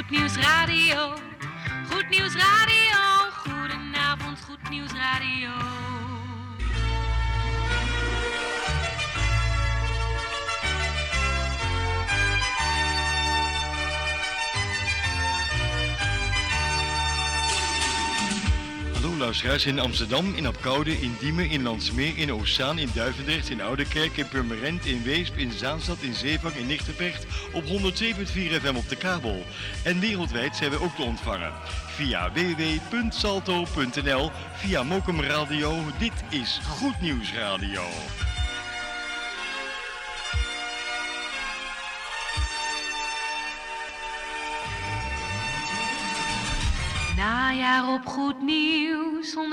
Goed Nieuws Radio. Goed Nieuws Radio. Goedenavond, Goed Nieuws Radio. Hallo luisteraars in Amsterdam, in Apkoude, in Diemen, in Landsmeer, in Oostzaan, in Duivendrecht, in Oudekerk, in Purmerend, in Weesp, in Zaanstad, in Zeevang, in Nigtevecht op 102.4 FM op de kabel. En wereldwijd zijn we ook te ontvangen via www.salto.nl, via Mokum Radio. Dit is Goed Nieuws Radio. Najaar op Goed Nieuws 102.4.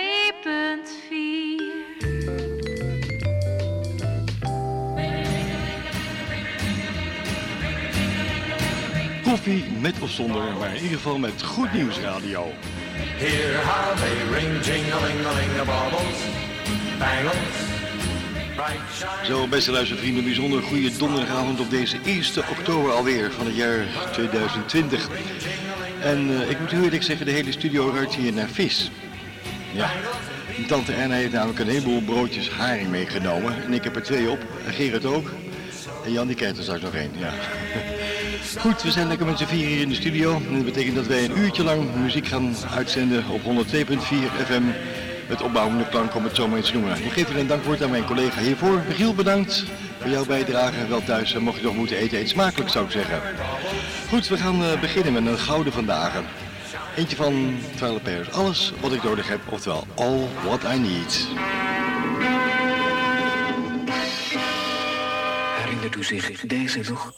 Koffie met of zonder, maar in ieder geval met Goed Nieuws Radio. Here how they ring, jing-a-ling-a-ling-a-bobbles, bangles, bright shine. Zo, beste luistervrienden, bijzonder goede donderdagavond op deze 1 oktober alweer van het jaar 2020. En ik moet u eerlijk zeggen, de hele studio ruikt hier naar vis. Ja, tante Erna heeft namelijk een heleboel broodjes haring meegenomen. En ik heb er 2 op, en Gerard ook. En Jan die krijgt er straks nog 1, ja. Goed, we zijn lekker met z'n 4 hier in de studio. En dat betekent dat wij een uurtje lang muziek gaan uitzenden op 102.4 FM. Het opbouwende klank, om het zo maar eens te noemen. Ik geef er een dankwoord aan mijn collega hiervoor. Michiel, bedankt voor jouw bijdrage. Wel thuis, mocht je nog moeten eten, eet smakelijk zou ik zeggen. Goed, we gaan beginnen met een gouden vandaag. Eentje van Twilight Pairs. Alles wat ik nodig heb, oftewel All What I Need. Herinnert u zich deze nog?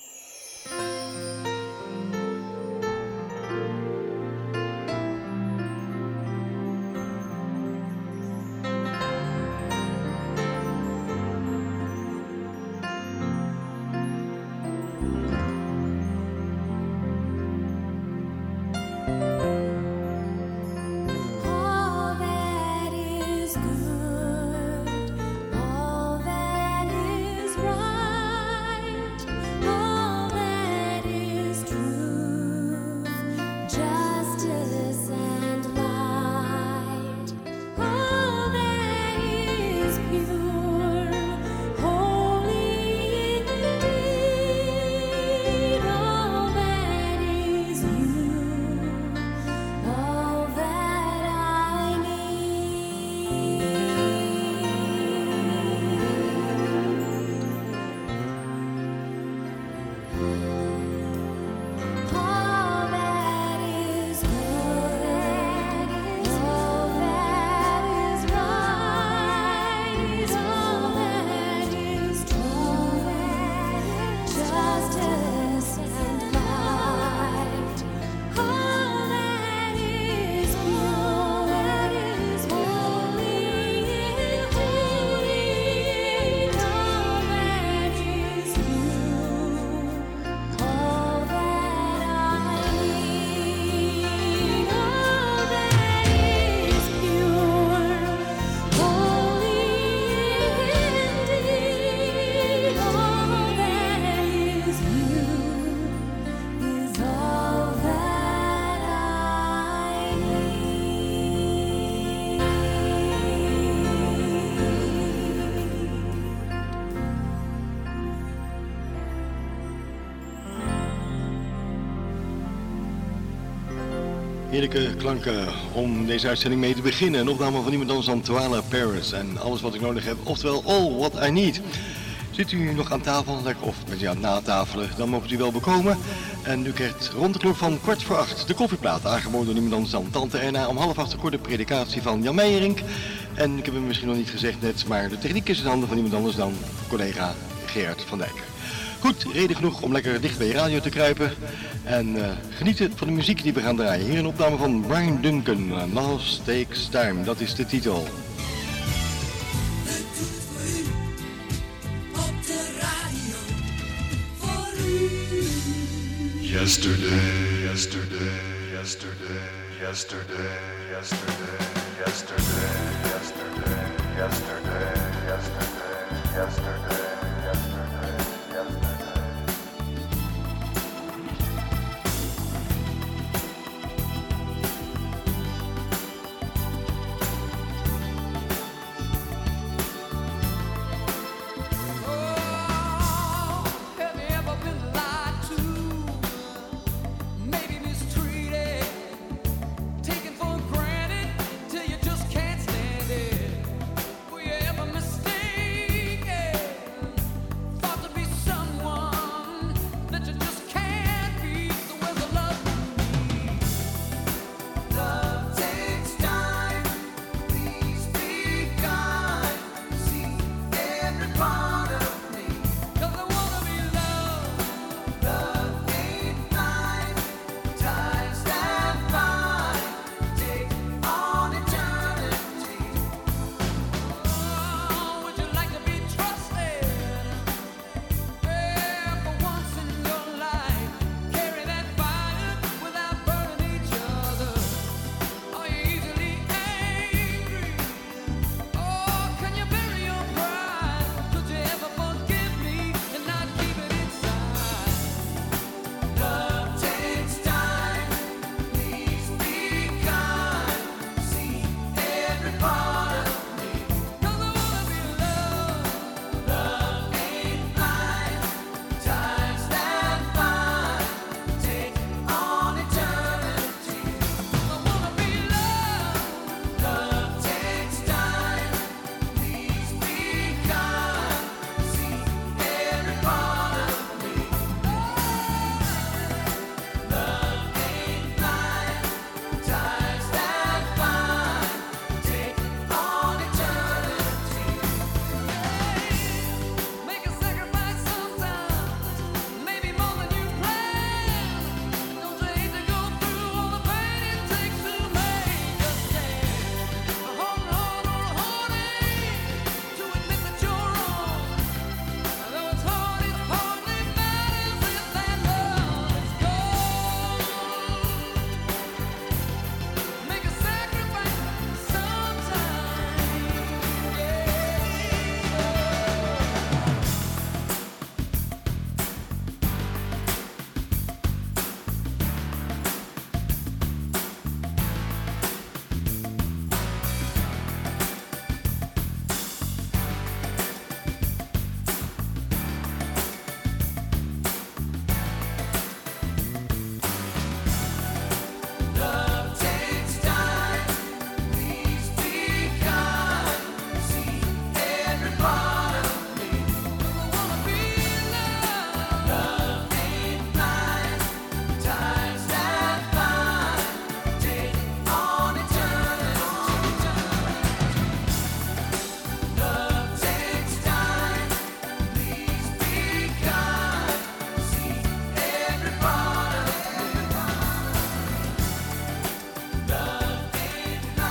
Heerlijke klanken om deze uitzending mee te beginnen. Een opname van niemand anders dan Twilight Pairs en alles wat ik nodig heb, oftewel All What I Need. Zit u nog aan tafel, of bent u aan het natafelen, dan mogen u wel bekomen. En u krijgt rond de klok van 7:15 de koffieplaat, aangeboden door niemand anders dan tante Erna. Om 7:30 kort de predikatie van Jan Meijerink. En ik heb hem misschien nog niet gezegd net, maar de techniek is in handen van niemand anders dan collega Gerard van Dijk. Goed, reden genoeg om lekker dicht bij je radio te kruipen en genieten van de muziek die we gaan draaien. Hier een opname van Brian Duncan, Last Takes Time, dat is de titel. Yesterday, yesterday, yesterday, yesterday, yesterday, yesterday, yesterday, yesterday, yesterday, yesterday, yesterday, yesterday.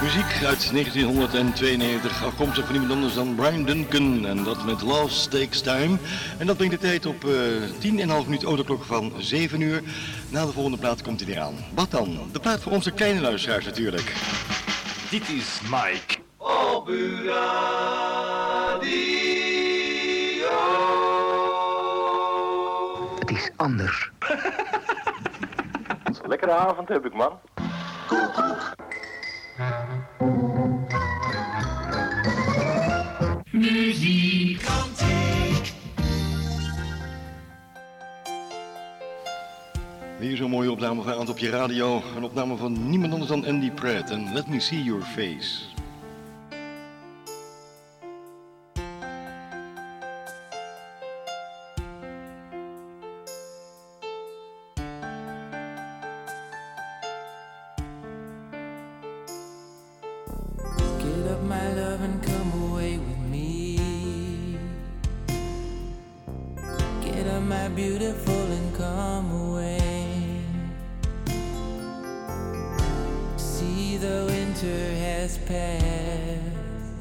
Muziek uit 1992, afkomstig van niemand anders dan Brian Duncan. En dat met Love Takes Time. En dat brengt de tijd op 10,5 minuut autoklok van 7 uur. Na de volgende plaat komt hij weer aan. Wat dan? De plaat voor onze kleine luisteraars natuurlijk. Dit is Mike. Op uw radio. Het is anders. Wat een lekkere avond heb ik, man. Muziekkantiek. Weer zo'n mooie opname vanavond op je radio. Een opname van niemand anders dan Andy Pratt. En Let Me See Your Face. Get up, my love, and come away with me. Get up, my beautiful, and come away. See, the winter has passed.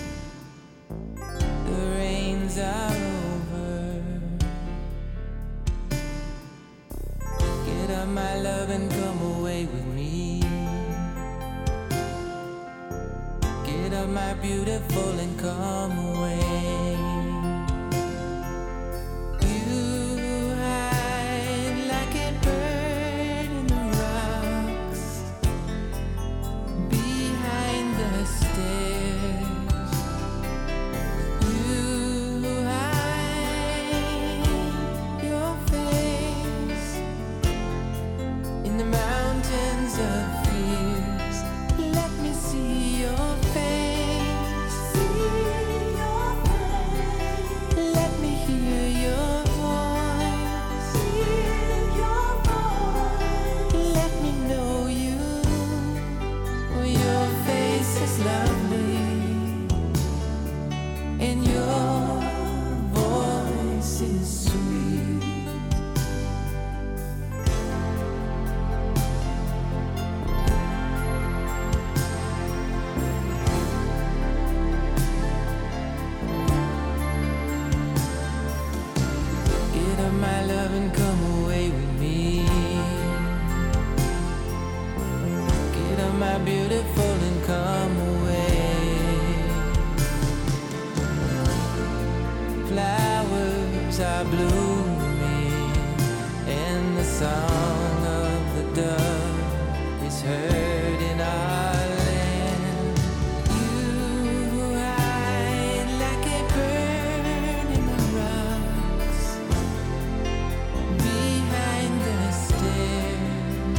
The rains are over. Get up, my love, and come away with me. Get up, my beautiful, and come away. You hide like a bird in the rocks behind the stairs. You hide your face in the mountains of fears. Let me see your face. See your face. Let me hear your voice. Hear your voice. Let me know you. Oh, your face is lovely, and your voice is sweet. Get up, my love, and come away with me. Get up, my beautiful, and come away. Flowers are blooming, and the song of the dove is heard in our land. You hide like a bird in the rocks behind the stairs.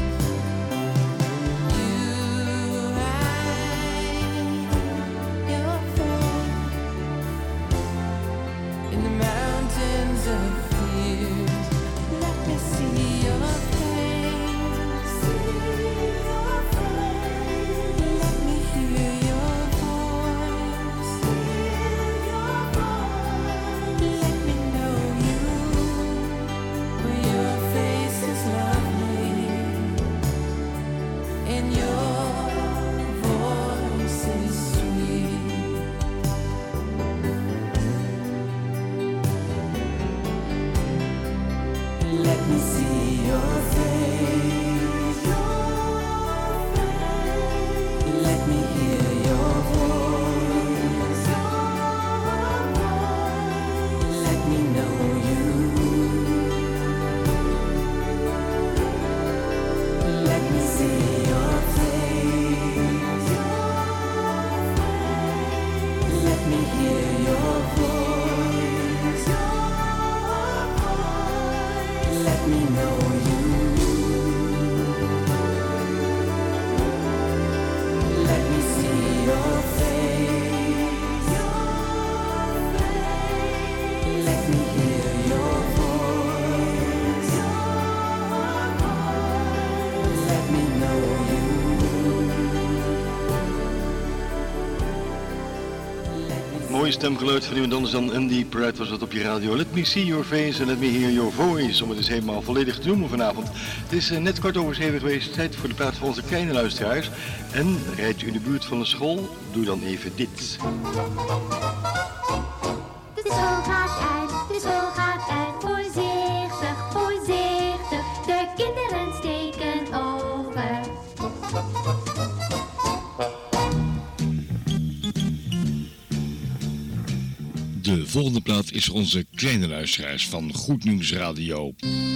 You hide your face in the mountains of fears. Let me see your face. See your face. Let me hear your voice. Hear your voice. Let me know you. Your face is lovely, and your voice is sweet. Let me see your face. Let me hear your voice. Let me know you. Let me see your face. Let me hear your voice. Let me know you. Let me see your face. Let me hear your voice. Let me know you. Mooie mooi stemgeluid van iemand anders dan Andy Pratt was dat op je radio. Let me see your face and let me hear your voice. Om het eens helemaal volledig te noemen vanavond. Het is net 7:15 geweest. Tijd voor de plaat van onze kleine luisteraars. En rijdt u in de buurt van een school? Doe dan even dit. De school gaat uit, de school gaat uit. Voorzichtig, voorzichtig. De kinderen steken over. De volgende plaat is voor onze kleine luisteraars van Goed Nieuws Radio.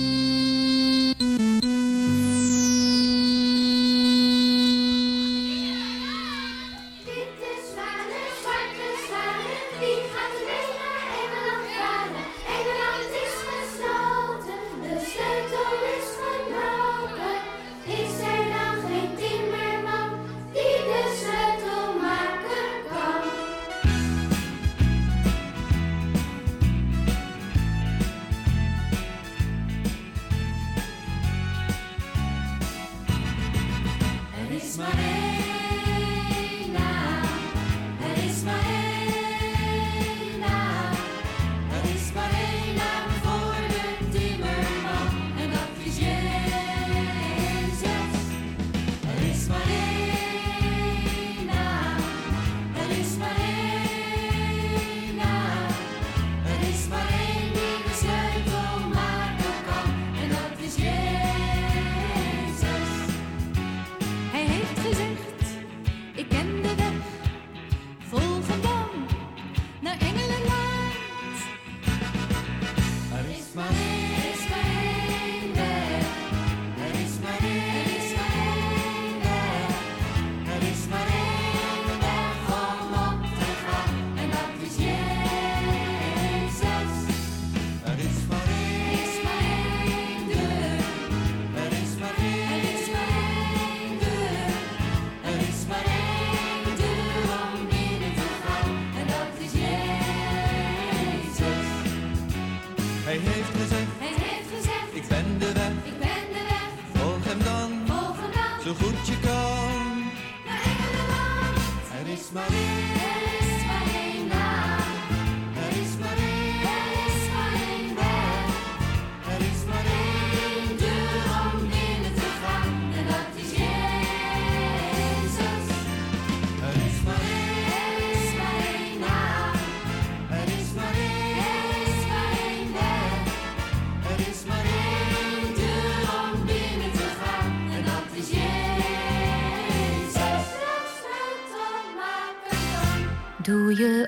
Doe je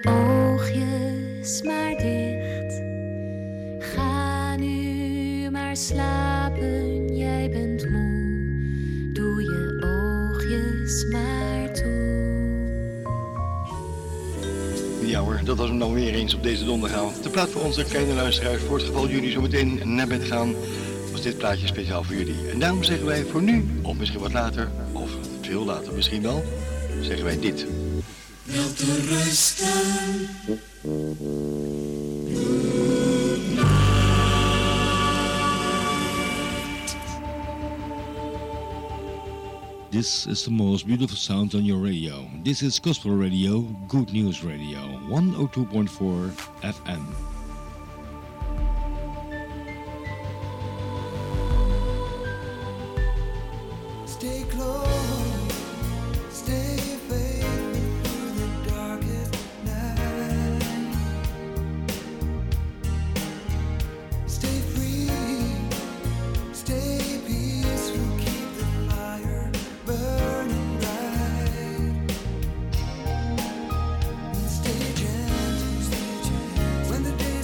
oogjes maar dicht. Ga nu maar slapen, jij bent moe. Doe je oogjes maar toe. Ja hoor, dat was hem dan weer eens op deze donderdagavond. De plaat voor onze kleine luisteraars, voor het geval jullie zo meteen naar bed gaan, was dit plaatje speciaal voor jullie. En daarom zeggen wij voor nu, of misschien wat later, of veel later misschien wel, zeggen wij dit. Wel te rusten. This is the most beautiful sound on your radio. This is Gospel Radio, Good News Radio, 102.4 FM. Stay close, stay faithful through the darkest night. Stay free, stay peaceful, keep the fire burning bright. Stay gentle when the day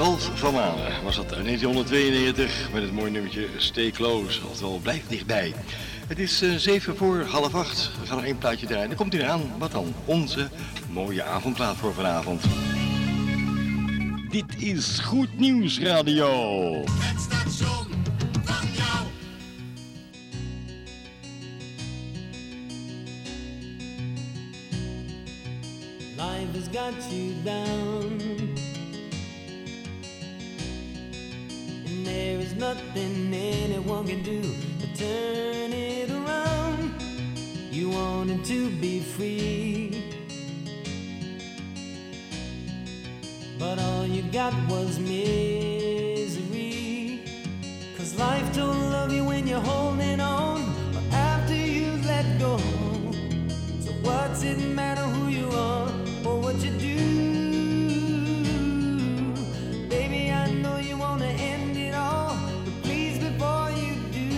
Ralph van Manen was dat in 1992 met het mooie nummertje Stay Close, oftewel blijf dichtbij. Het is 7:45. We gaan nog één plaatje draaien. Dan komt hij eraan. Wat dan? Onze mooie avondplaat voor vanavond. Dit is Goed Nieuws Radio. Het station van jou. Life has got you down, and there is nothing anyone can do to turn it around. You wanted to be free, but all you got was misery. 'Cause life don't love you when you're holding on, but after you let go. So what's it matter who you are or what you do? Baby, I know you wanna end it all, but please before you do,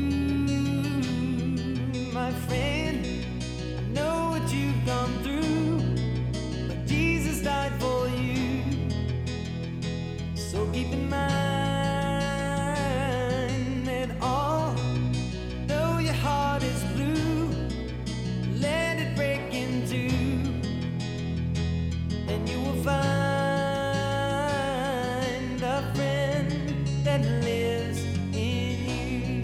my friend, I know what you've gone through, but Jesus died for you. So keep in mind that although your heart is blue, let it break in two, and you will find a friend that lives in you.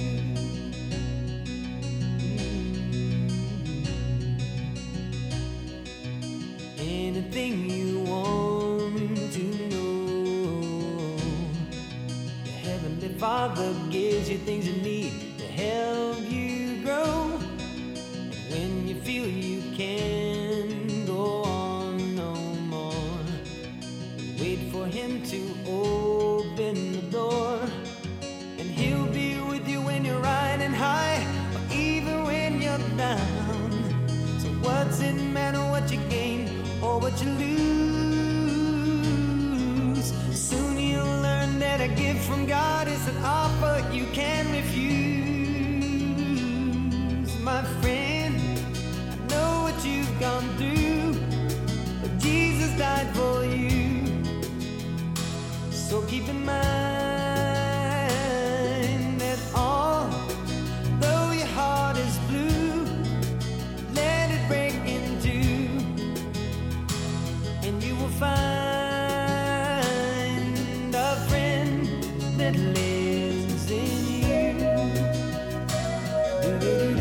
Anything you want to know, the Heavenly Father gives you things you need to help you grow. When you feel you can't go on no more, wait for Him to open the door, and He'll be with you when you're riding high, or even when you're down. So what's it matter what you gain or what you lose? Soon you'll learn that a gift from God is an offer you can't refuse, my friend. You've gone through, but Jesus died for you. So keep in mind that although your heart is blue, let it break in two, and you will find a friend that lives in you. Do-do-do-do.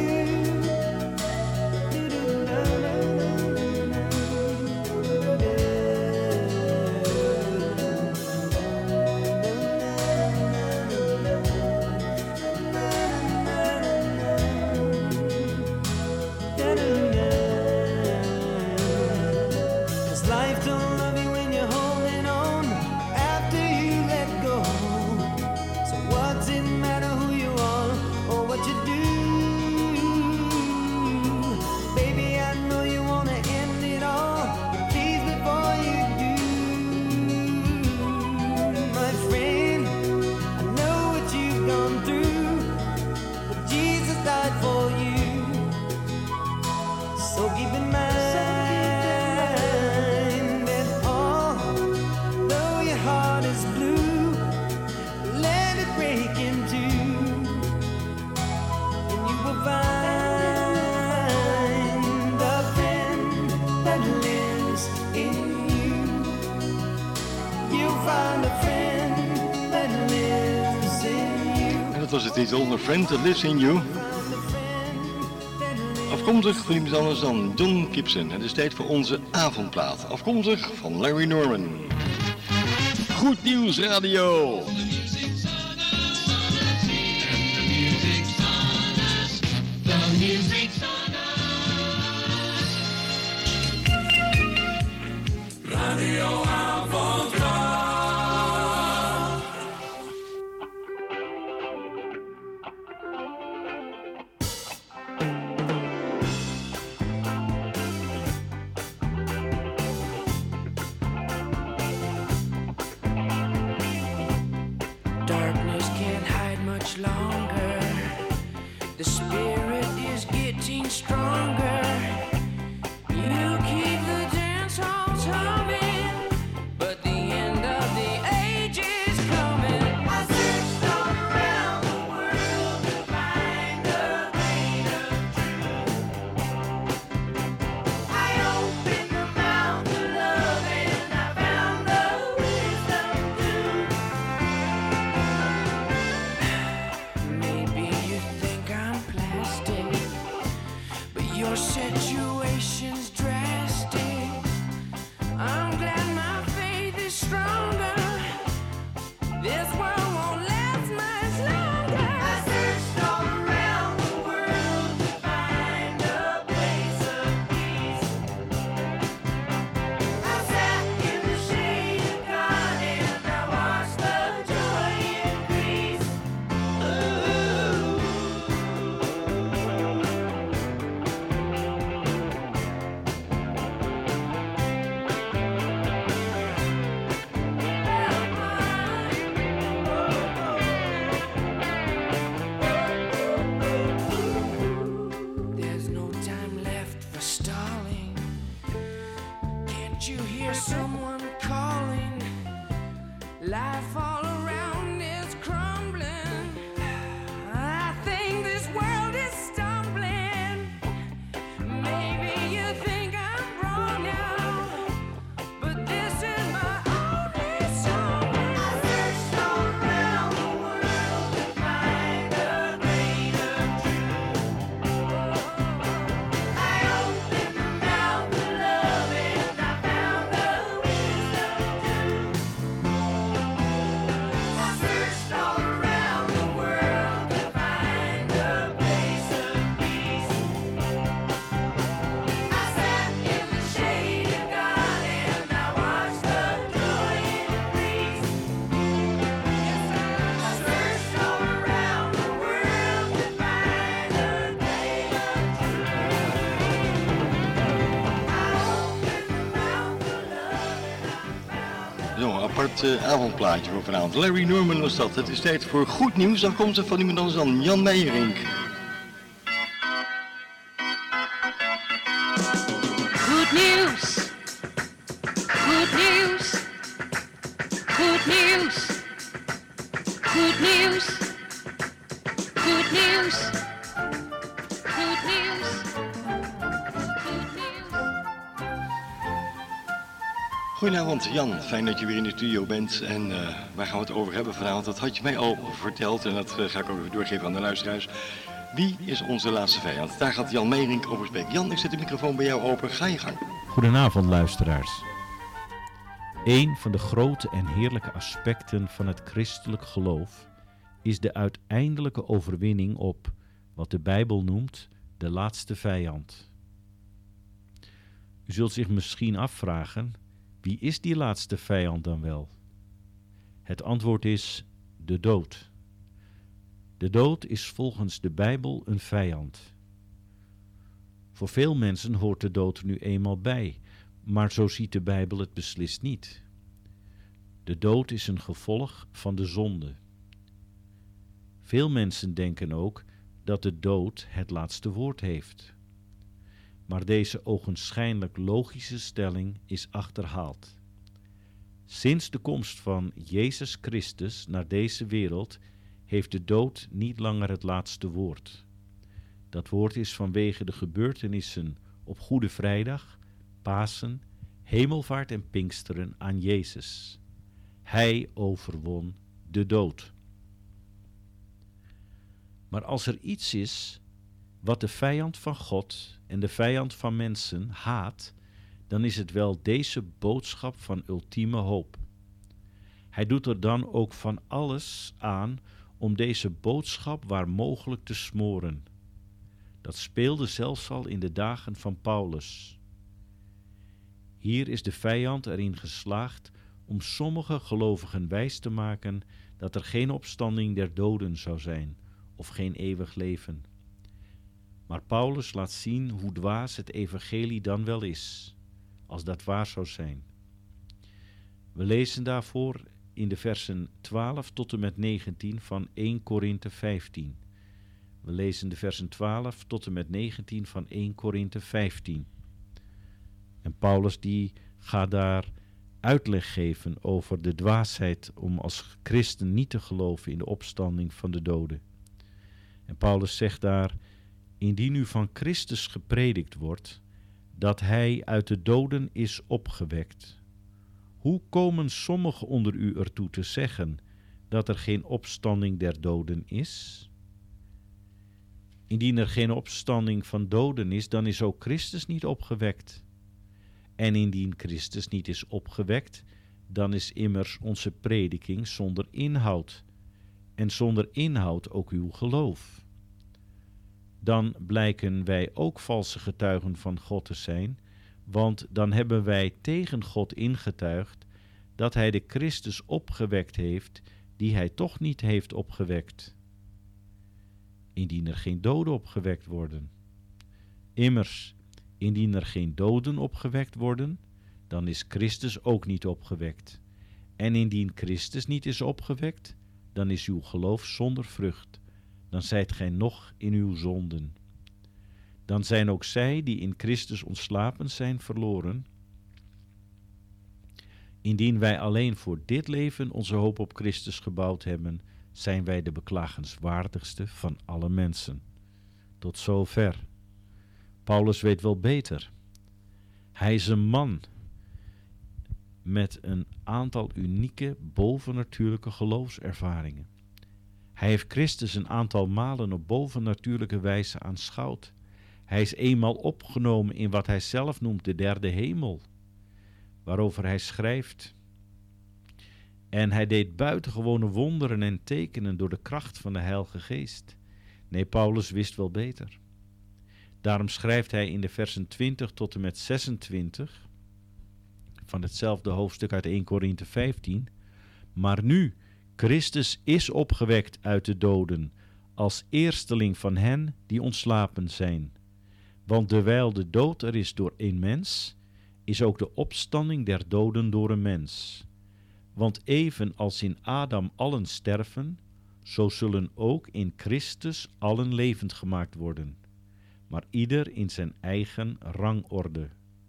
Was de titel, A Friend That Lives In You. Afkomstig van iemand anders dan John Gibson. Het is tijd voor onze avondplaat. Afkomstig van Larry Norman. Goed Nieuws Radio. Radio Avondplaat. Longer, the spirit is getting stronger. You keep the dance halls humming, but the end of the your situation's drastic. I'm glad my faith is stronger. This world won't last much longer. I searched all around the world to find a place of peace. I sat in the shade of God and I watched the joy increase. There's no time left for stalling. Can't you hear someone calling? Life all around is crumbling. I think this world is stumbling. Maybe you think I'm wrong now, but this is my only song. I searched all around the world to find a grain of truth. I opened the mouth of love and I found the wisdom too. I searched all around the world to find a place of peace. I sat in the shade of God and I watched the joy increase. Yes, I searched all around the world to find a grain of truth. I opened the mouth of love. Zo'n apart avondplaatje voor vanavond. Larry Norman was dat. Het is tijd voor goed nieuws. Afkomstig van iemand anders dan Jan Meijerink. Goed nieuws. Goed nieuws. Goed nieuws. Goed nieuws. Goed nieuws. Goed nieuws. Goed nieuws. Goedenavond Jan, fijn dat je weer in de studio bent. En waar gaan we het over hebben vanavond? Dat had je mij al verteld en dat ga ik ook even doorgeven aan de luisteraars. Wie is onze laatste vijand? Daar gaat Jan Meijerink over spreken. Jan, ik zet de microfoon bij jou open. Ga je gang. Goedenavond luisteraars. Een van de grote en heerlijke aspecten van het christelijk geloof is de uiteindelijke overwinning op wat de Bijbel noemt de laatste vijand. U zult zich misschien afvragen, wie is die laatste vijand dan wel? Het antwoord is de dood. De dood is volgens de Bijbel een vijand. Voor veel mensen hoort de dood er nu eenmaal bij, maar zo ziet de Bijbel het beslist niet. De dood is een gevolg van de zonde. Veel mensen denken ook dat de dood het laatste woord heeft. Maar deze ogenschijnlijk logische stelling is achterhaald. Sinds de komst van Jezus Christus naar deze wereld heeft de dood niet langer het laatste woord. Dat woord is vanwege de gebeurtenissen op Goede Vrijdag, Pasen, Hemelvaart en Pinksteren aan Jezus. Hij overwon de dood. Maar als er iets is wat de vijand van God en de vijand van mensen haat, dan is het wel deze boodschap van ultieme hoop. Hij doet er dan ook van alles aan om deze boodschap waar mogelijk te smoren. Dat speelde zelfs al in de dagen van Paulus. Hier is de vijand erin geslaagd om sommige gelovigen wijs te maken dat er geen opstanding der doden zou zijn of geen eeuwig leven. Maar Paulus laat zien hoe dwaas het evangelie dan wel is, als dat waar zou zijn. We lezen daarvoor in de versen 12 tot en met 19 van 1 Korinthe 15. We lezen de versen 12 tot en met 19 van 1 Korinthe 15. En Paulus die gaat daar uitleg geven over de dwaasheid om als christen niet te geloven in de opstanding van de doden. En Paulus zegt daar: indien u van Christus gepredikt wordt, dat hij uit de doden is opgewekt, hoe komen sommigen onder u ertoe te zeggen dat er geen opstanding der doden is? Indien er geen opstanding van doden is, dan is ook Christus niet opgewekt. En indien Christus niet is opgewekt, dan is immers onze prediking zonder inhoud. En zonder inhoud ook uw geloof. Dan blijken wij ook valse getuigen van God te zijn, want dan hebben wij tegen God ingetuigd dat hij de Christus opgewekt heeft, die hij toch niet heeft opgewekt. Indien er geen doden opgewekt worden. Immers, indien er geen doden opgewekt worden, dan is Christus ook niet opgewekt. En indien Christus niet is opgewekt, dan is uw geloof zonder vrucht. Dan zijt gij nog in uw zonden. Dan zijn ook zij die in Christus ontslapen zijn verloren. Indien wij alleen voor dit leven onze hoop op Christus gebouwd hebben, zijn wij de beklagenswaardigste van alle mensen. Tot zover. Paulus weet wel beter. Hij is een man met een aantal unieke bovennatuurlijke geloofservaringen. Hij heeft Christus een aantal malen op bovennatuurlijke wijze aanschouwd. Hij is eenmaal opgenomen in wat hij zelf noemt de derde hemel, waarover hij schrijft. En hij deed buitengewone wonderen en tekenen door de kracht van de Heilige Geest. Nee, Paulus wist wel beter. Daarom schrijft hij in de versen 20 tot en met 26 van hetzelfde hoofdstuk uit 1 Korinthe 15. Maar nu, Christus is opgewekt uit de doden, als eersteling van hen die ontslapen zijn. Want dewijl de dood er is door één mens, is ook de opstanding der doden door een mens. Want even als in Adam allen sterven, zo zullen ook in Christus allen levend gemaakt worden, maar ieder in zijn eigen rangorde.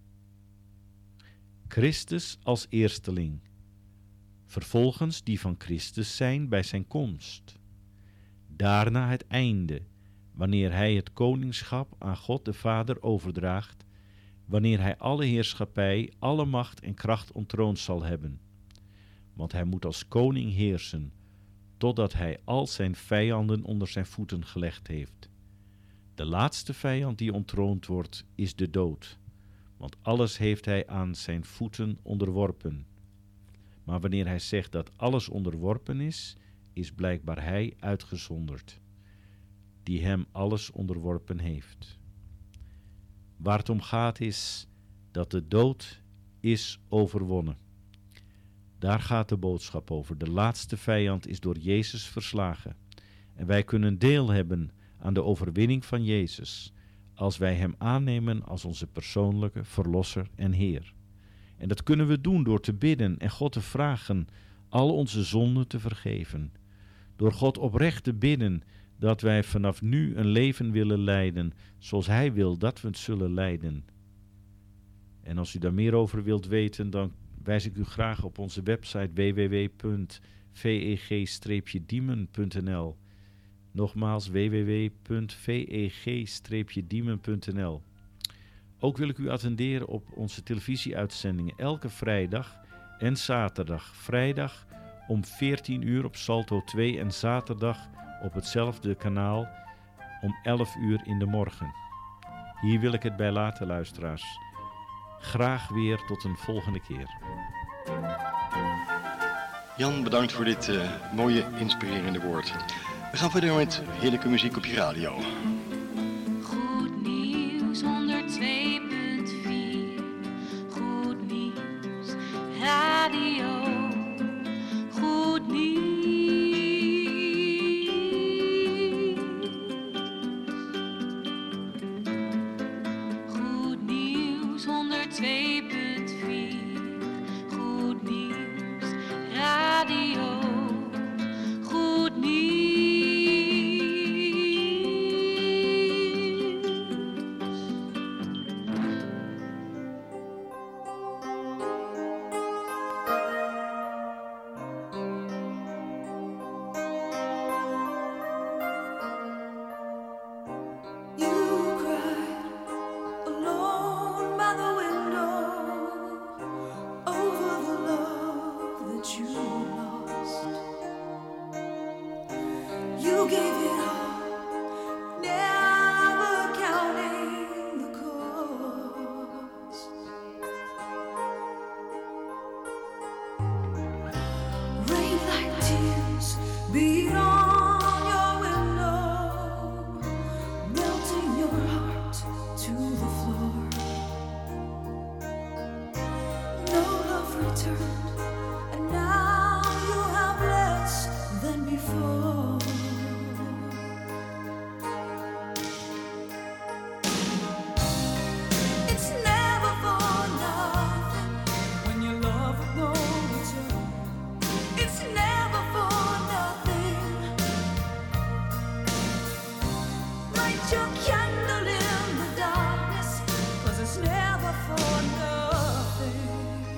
Christus als eersteling, vervolgens die van Christus zijn bij zijn komst. Daarna het einde, wanneer hij het koningschap aan God de Vader overdraagt, wanneer hij alle heerschappij, alle macht en kracht ontroond zal hebben. Want hij moet als koning heersen, totdat hij al zijn vijanden onder zijn voeten gelegd heeft. De laatste vijand die ontroond wordt, is de dood, want alles heeft hij aan zijn voeten onderworpen. Maar wanneer hij zegt dat alles onderworpen is, is blijkbaar hij uitgezonderd, die hem alles onderworpen heeft. Waar het om gaat is dat de dood is overwonnen. Daar gaat de boodschap over. De laatste vijand is door Jezus verslagen. En wij kunnen deel hebben aan de overwinning van Jezus, als wij hem aannemen als onze persoonlijke verlosser en Heer. En dat kunnen we doen door te bidden en God te vragen al onze zonden te vergeven. Door God oprecht te bidden dat wij vanaf nu een leven willen leiden zoals Hij wil dat we het zullen leiden. En als u daar meer over wilt weten, dan wijs ik u graag op onze website www.veg-diemen.nl. Nogmaals www.veg-diemen.nl. Ook wil ik u attenderen op onze televisieuitzendingen elke vrijdag en zaterdag. Vrijdag om 14 uur op Salto 2 en zaterdag op hetzelfde kanaal om 11 uur in de morgen. Hier wil ik het bij laten, luisteraars. Graag weer tot een volgende keer. Jan, bedankt voor dit mooie, inspirerende woord. We gaan verder met heerlijke muziek op je radio. Goed nieuws 102.4. Goed nieuws radio. Goed nieuws. Goed nieuws 102.4. Goed nieuws radio. Goed nieuws. returned, and now you have less than before. It's never for nothing when you love with no return. It's never for nothing. Light your candle in the darkness, 'cause it's never for nothing.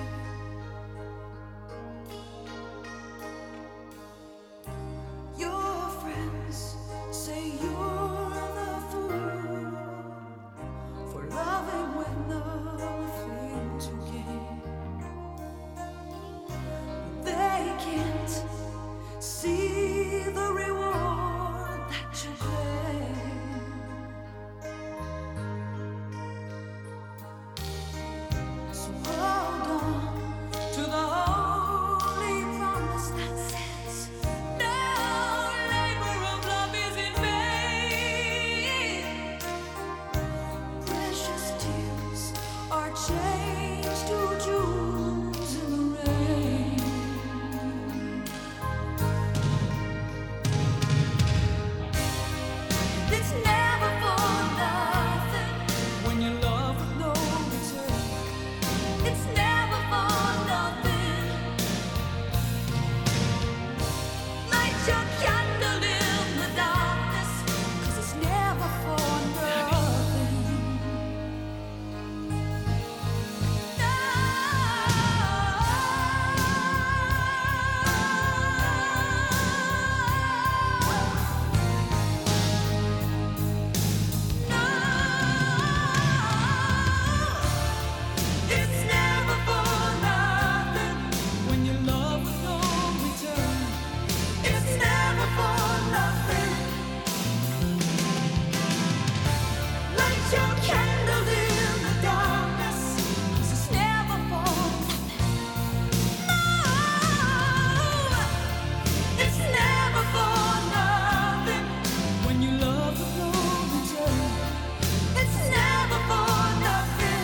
Your friends say you're the fool for loving with nothing to gain. They can't see the reward that you claim. So hold on to the holy promise that says no labor of love is in vain. Precious tears are changed to jewels in the rain. It's never for nothing when you love with no return. It's never for nothing. Light your candle in the darkness, 'cause it's never for nothing. It's never for nothing when you love with no return. It's never for nothing. Light your candle in the darkness, 'cause it's never for nothing. No, it's never for nothing when you love with no return. It's never for nothing.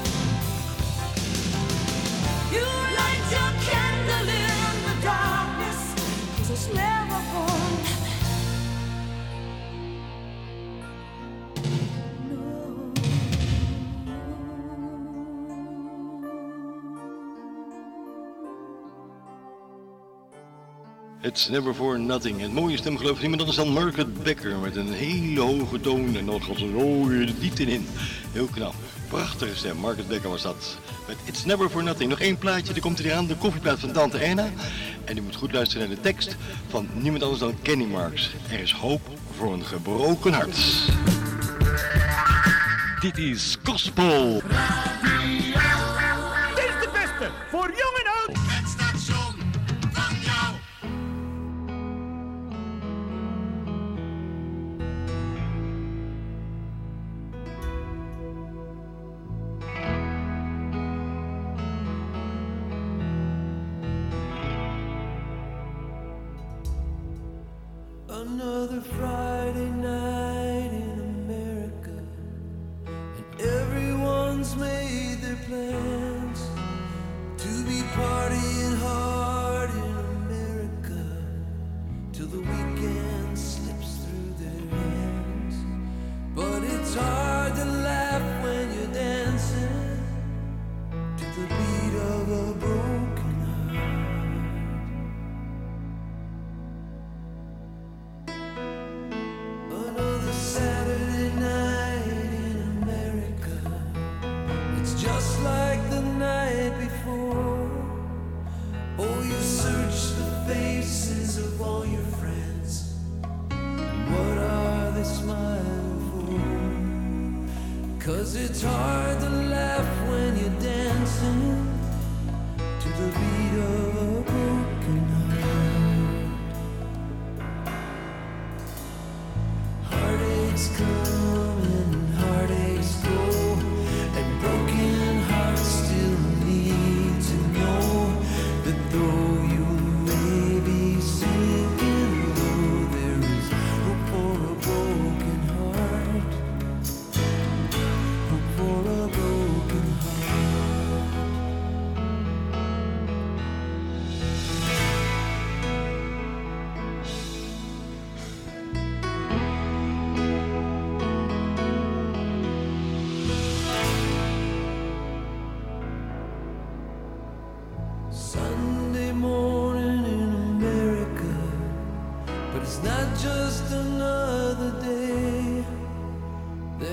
You light your candle in the darkness, 'cause it's never for nothing. It's Never For Nothing. Het mooie stem geloof ik niemand anders dan Margaret Becker met een hele hoge toon en nog als een rode diepte in. Heel knap. Prachtige stem. Margaret Becker was dat. Met It's Never For Nothing. Nog één plaatje, die komt er aan. De koffieplaat van Tante Erna. En u moet goed luisteren naar de tekst van niemand anders dan Kenny Marks. Er is hoop voor een gebroken hart. Dit is Gospel. Dit is de beste voor jong en oud. Het station van jou. Another Friday night in America, and everyone's made their plans to be partying hard in America till the weekend slips through their hands. But it's hard to laugh when you're dancing to the beat of a broken heart. Another Saturday night in America. It's just like the night before. Oh, you search the faces of all your friends. What are they smiling for? 'Cause it's hard to laugh when you're dancing to the beat of a broken heart. Heartaches come and heartaches go, and broken hearts still need to know that though you may be sinking low, there is hope for a broken heart. Hope for a broken heart.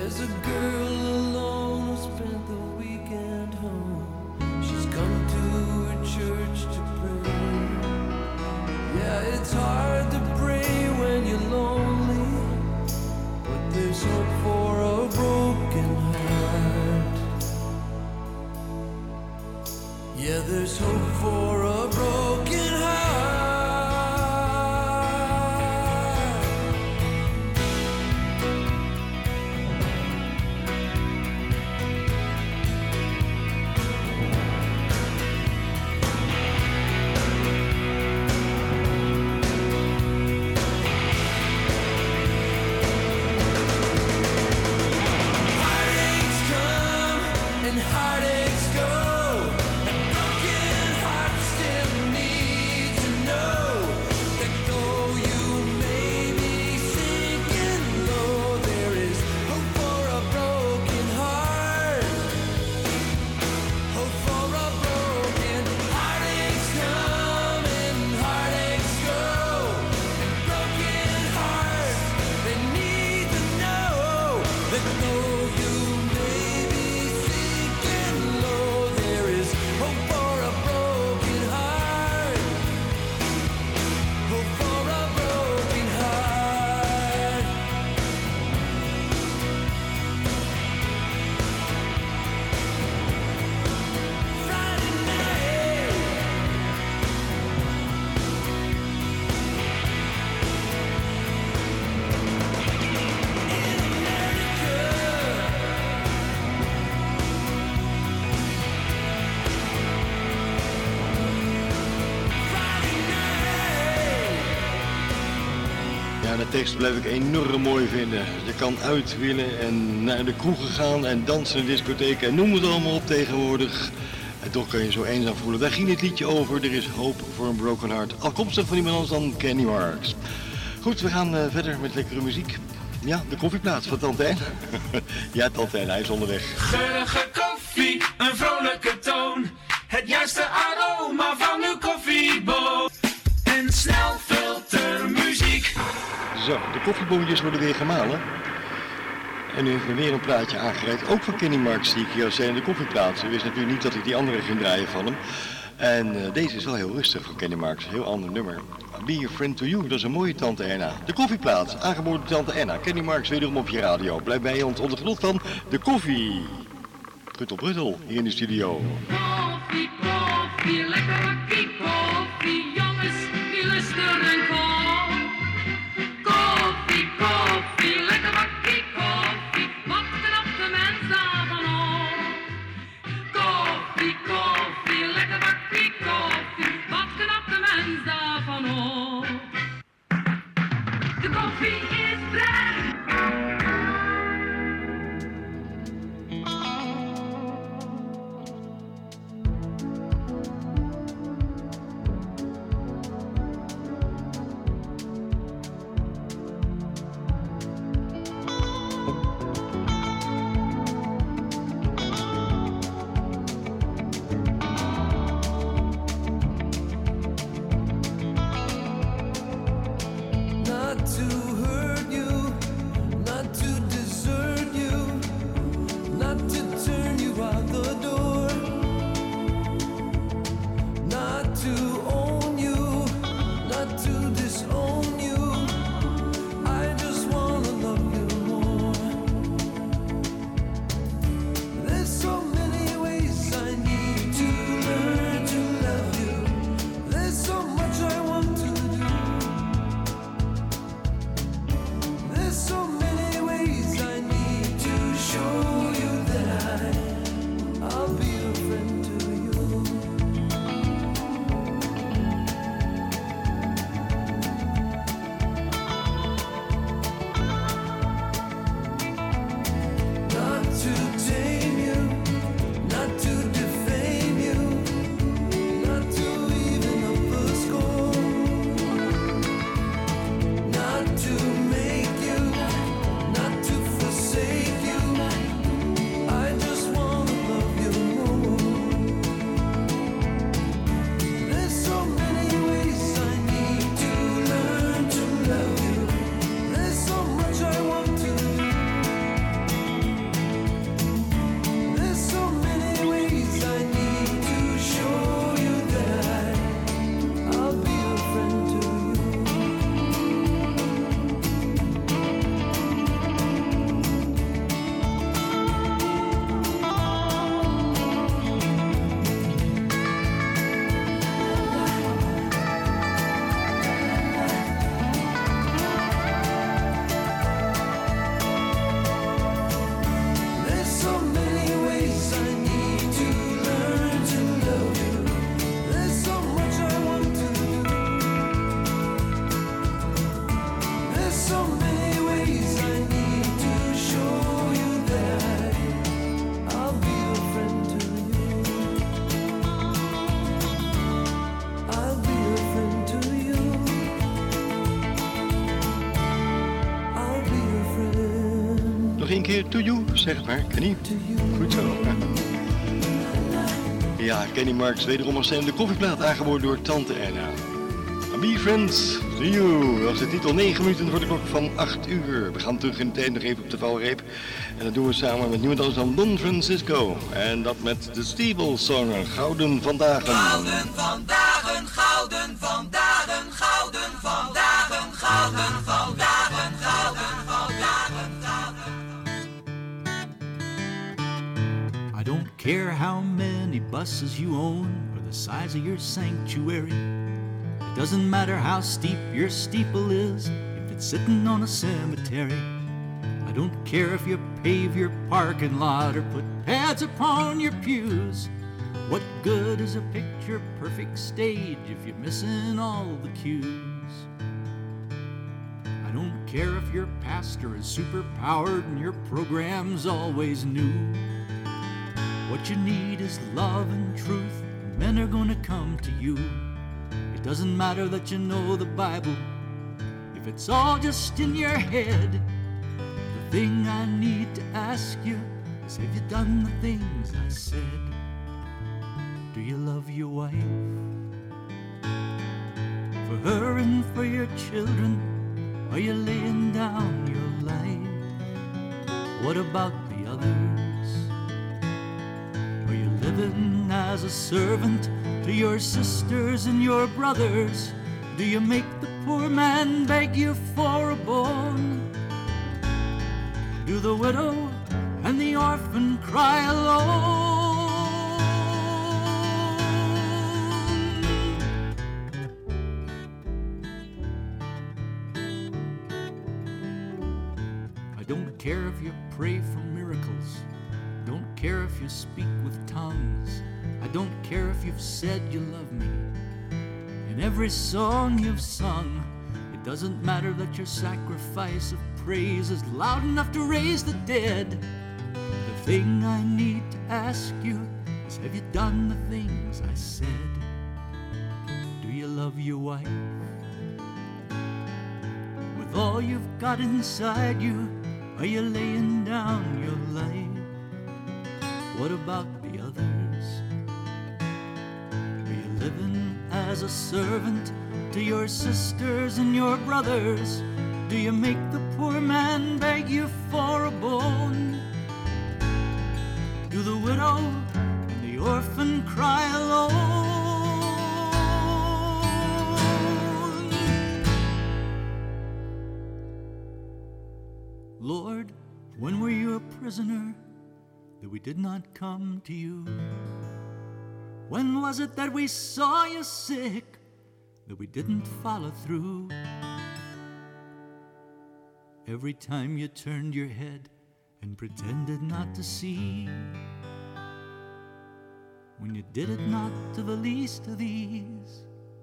There's a girl alone who spent the weekend home. She's come to her church to pray. Yeah, it's hard to pray when you're lonely, but there's hope for a broken heart. Yeah, there's hope for a broken heart. Heartaches come and heartaches go. Broken hearts still need to know that though you may be sinking low, there is hope for a broken heart. Hope for a broken. Heartaches come and heartaches go. Broken hearts, they need to know that though you may be sinking low, there is hope for a broken heart. Hope for a broken heart. Friday night. Ja, de tekst blijf ik enorm mooi vinden. Je kan uit willen en naar de kroegen gaan en dansen in discotheken en noem het allemaal op tegenwoordig. En toch kan je zo eenzaam voelen. Daar ging het liedje over. Er is hoop voor een broken heart. Afkomstig van iemand anders dan Kenny Marks. Goed, we gaan verder met lekkere muziek. Ja, de koffieplaats van Tante N. Ja, Tante N, hij is onderweg. Geurige koffie, een vrolijke toon. Het juiste aroma van uw koffieboon. En snelfiltermuziek. Zo, de koffieboontjes worden weer gemalen. En nu heeft me weer een plaatje aangereikt. Ook van Kenny Marks zie ik hier als zijnde koffieplaats. Ik wist natuurlijk niet dat ik die andere ging draaien van hem. En deze is wel heel rustig van Kenny Marks. Heel ander nummer. Be a friend to you, dat is een mooie Tante Enna. De koffieplaats, aangeboden door Tante Enna. Kenny Marks wederom op je radio. Blijf bij ons onder genot van de koffie. Pruttel Pruttel, hier in de studio. Koffie, koffie, lekker bakkie koffie, jongens, die lusten en kom. Koffie, koffie, lekker bakkie koffie, wat knapt de mens daarvan op? Koffie, koffie, lekker bakkie koffie, wat knapt de mens daarvan op? De koffie is vrij. keer to you, zeg het maar, Kenny. Goed zo. Ja, Kenny Marks, wederom als de koffieplaat aangeboden door Tante Anna. Be friends to you, dat is de titel. 9 minuten voor de klok van 8 uur. We gaan terug in de tijd nog even op de valreep. En dat doen we samen met niemand anders dan Don Francisco. En dat met de Steeple Song, Gouden Vandagen. Gouden vandagen, gouden vandagen, gouden vandagen, gouden vandagen, gouden vandagen, gouden. I don't care how many buses you own or the size of your sanctuary. It doesn't matter how steep your steeple is if it's sitting on a cemetery. I don't care if you pave your parking lot or put pads upon your pews. What good is a picture-perfect stage if you're missing all the cues? I don't care if your pastor is super-powered and your program's always new. What you need is love and truth, and men are gonna come to you. It doesn't matter that you know the Bible, if it's all just in your head. The thing I need to ask you is, have you done the things I said? Do you love your wife? For her and for your children, are you laying down your life? What about the others? Are you living as a servant to your sisters and your brothers? Do you make the poor man beg you for a bone? Do the widow and the orphan cry alone? I don't care if you pray for miracles. Don't care if you speak with tongues. I don't care if you've said you love me in every song you've sung. It doesn't matter that your sacrifice of praise is loud enough to raise the dead. The thing I need to ask you is, have you done the things I said? Do you love your wife? With all you've got inside you, are you laying down your life? What about the others? Are you living as a servant to your sisters and your brothers? Do you make the poor man beg you for a bone? Do the widow and the orphan cry alone? Lord, when were you a prisoner that we did not come to you? When was it that we saw you sick, that we didn't follow through? Every time you turned your head and pretended not to see, when you did it not to the least of these,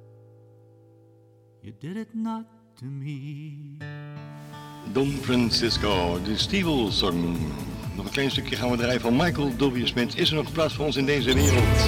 you did it not to me. Don Francisco, de Steeple Song. Nog een klein stukje gaan we draaien van Michael W. Smith. Is er nog plaats voor ons in deze wereld?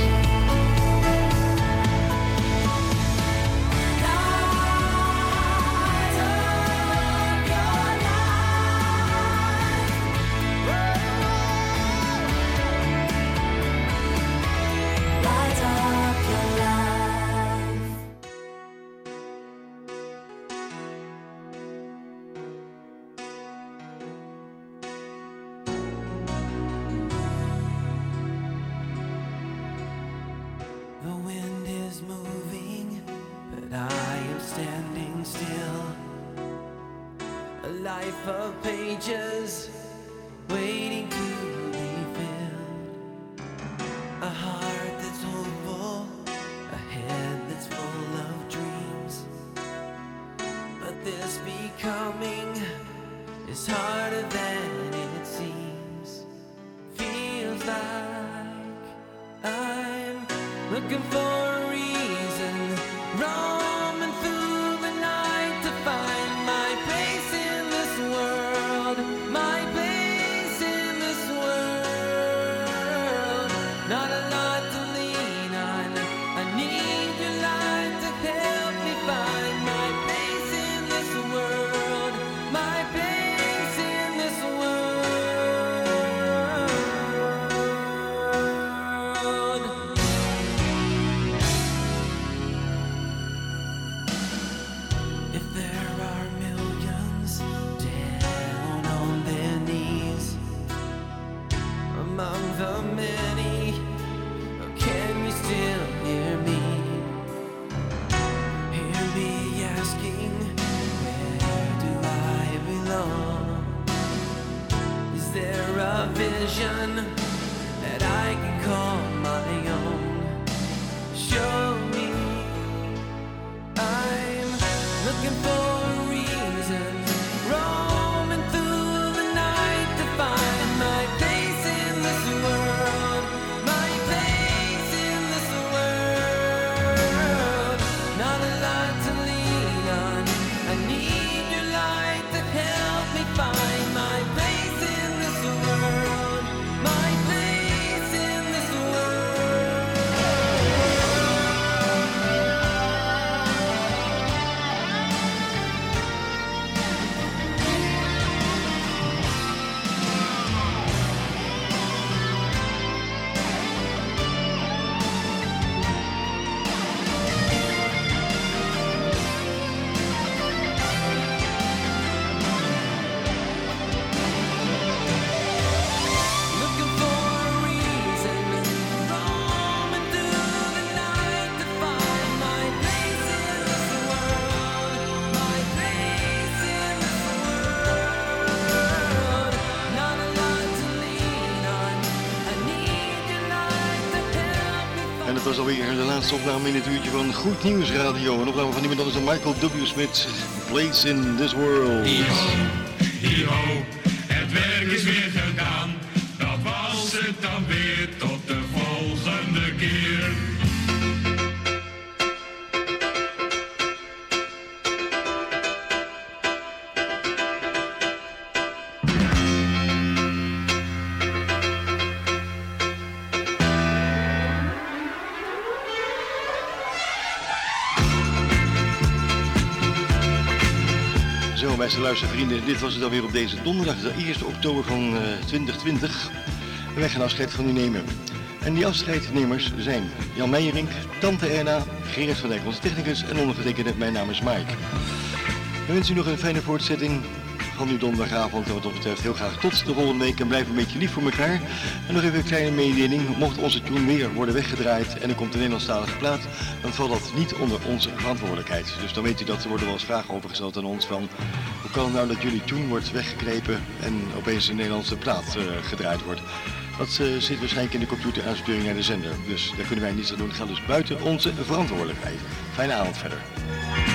the many, or can you still hear me? Hear me asking, where do I belong? Is there a vision that I can call my own? Show me. I'm looking for a reason, roaming through the night to find my place in this world, my place in this world. Not a lot to lean on, I need your light to help me find my place in this world, my place in this world. Looking for a reason, roaming through the night to find my place in this world, my place in this world. Not a lot to lean on, I need your light to help me. En dat was alweer de laatste opname in het uurtje van Goed Nieuws Radio. Een opname van niemand anders dan Michael W. Smith, Place in This World. Hi-ho, het werk is weer gedaan. Dat was het dan weer, tot de volgende keer. Zo, beste luistervrienden, dit was het alweer op deze donderdag, de 1 oktober van 2020. En wij gaan afscheid van u nemen. En die afscheidnemers zijn Jan Meijerink, Tante Erna, Gerrit van Dijk, onze technicus en ondergetekende, mijn naam is Mike. We wensen u nog een fijne voortzetting van uw donderdagavond. En wat ons betreft heel graag tot de volgende week en blijf een beetje lief voor elkaar. En nog even een kleine mededeling. Mocht onze tune weer worden weggedraaid en er komt een Nederlandstalige plaat, dan valt dat niet onder onze verantwoordelijkheid. Dus dan weet u dat er worden wel eens vragen over gesteld aan ons van hoe kan het nou dat jullie tune wordt weggeknepen en opeens een Nederlandse plaat gedraaid wordt. Dat zit waarschijnlijk in de computeraansturing naar de zender. Dus daar kunnen wij niets aan doen. Het gaat dus buiten onze verantwoordelijkheid. Fijne avond verder.